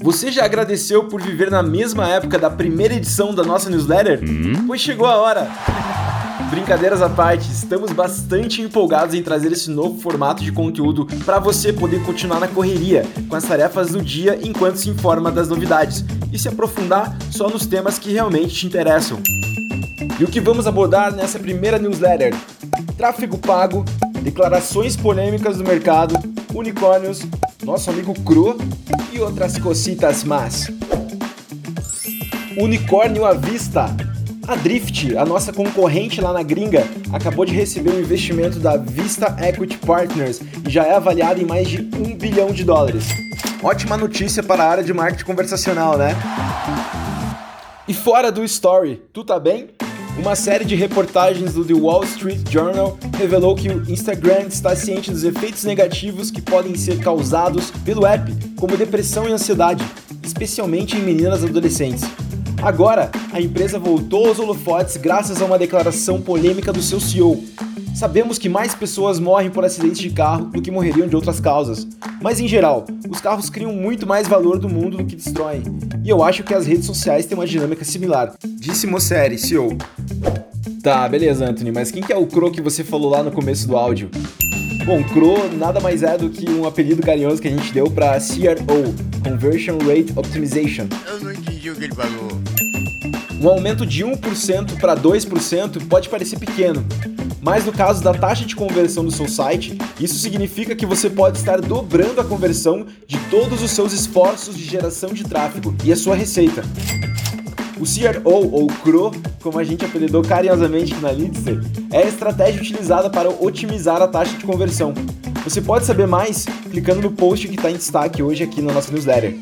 Você já agradeceu por viver na mesma época da primeira edição da nossa newsletter? Pois chegou a hora! Brincadeiras à parte, estamos bastante empolgados em trazer esse novo formato de conteúdo para você poder continuar na correria com as tarefas do dia enquanto se informa das novidades e se aprofundar só nos temas que realmente te interessam. E o que vamos abordar nessa primeira newsletter? Tráfego pago, declarações polêmicas do mercado, unicórnios, nosso amigo Cro e outras cositas más. Unicórnio à vista. A Drift, a nossa concorrente lá na gringa, acabou de receber um investimento da Vista Equity Partners e já é avaliada em mais de $1 bilhão. Ótima notícia para a área de marketing conversacional, né? E fora do story, tu tá bem? Uma série de reportagens do The Wall Street Journal revelou que o Instagram está ciente dos efeitos negativos que podem ser causados pelo app, como depressão e ansiedade, especialmente em meninas adolescentes. Agora, a empresa voltou aos holofotes graças a uma declaração polêmica do seu CEO. Sabemos que mais pessoas morrem por acidentes de carro do que morreriam de outras causas. Mas em geral, os carros criam muito mais valor do mundo do que destroem. E eu acho que as redes sociais têm uma dinâmica similar. Disse Mosseri, CEO. Tá, beleza, Anthony, mas quem que é o Cro que você falou lá no começo do áudio? Bom, Cro nada mais é do que um apelido carinhoso que a gente deu para CRO, Conversion Rate Optimization. Eu não entendi o que ele falou. Um aumento de 1% para 2% pode parecer pequeno, mas no caso da taxa de conversão do seu site, isso significa que você pode estar dobrando a conversão de todos os seus esforços de geração de tráfego e a sua receita. O CRO, ou Cro, como a gente apelidou carinhosamente na Leadster, é a estratégia utilizada para otimizar a taxa de conversão. Você pode saber mais clicando no post que está em destaque hoje aqui na nossa newsletter.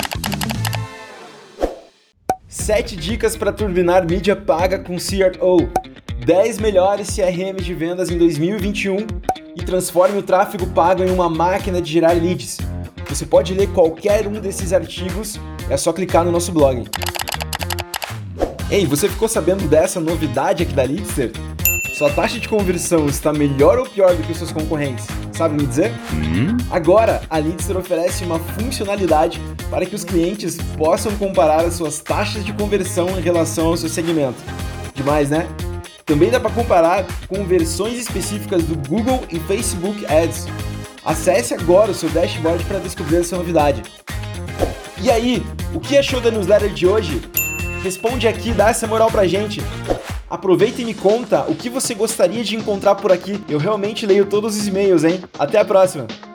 7 dicas para turbinar mídia paga com CRO. 10 melhores CRMs de vendas em 2021 e transforme o tráfego pago em uma máquina de gerar leads. Você pode ler qualquer um desses artigos, é só clicar no nosso blog. Ei, você ficou sabendo dessa novidade aqui da Leadster? Sua taxa de conversão está melhor ou pior do que os seus concorrentes? Sabe me dizer? Agora, a Leadster oferece uma funcionalidade para que os clientes possam comparar as suas taxas de conversão em relação ao seu segmento. Demais, né? Também dá para comparar com versões específicas do Google e Facebook Ads. Acesse agora o seu dashboard para descobrir essa novidade. E aí, o que achou da newsletter de hoje? Responde aqui, dá essa moral pra gente. Aproveita e me conta o que você gostaria de encontrar por aqui. Eu realmente leio todos os e-mails, hein? Até a próxima!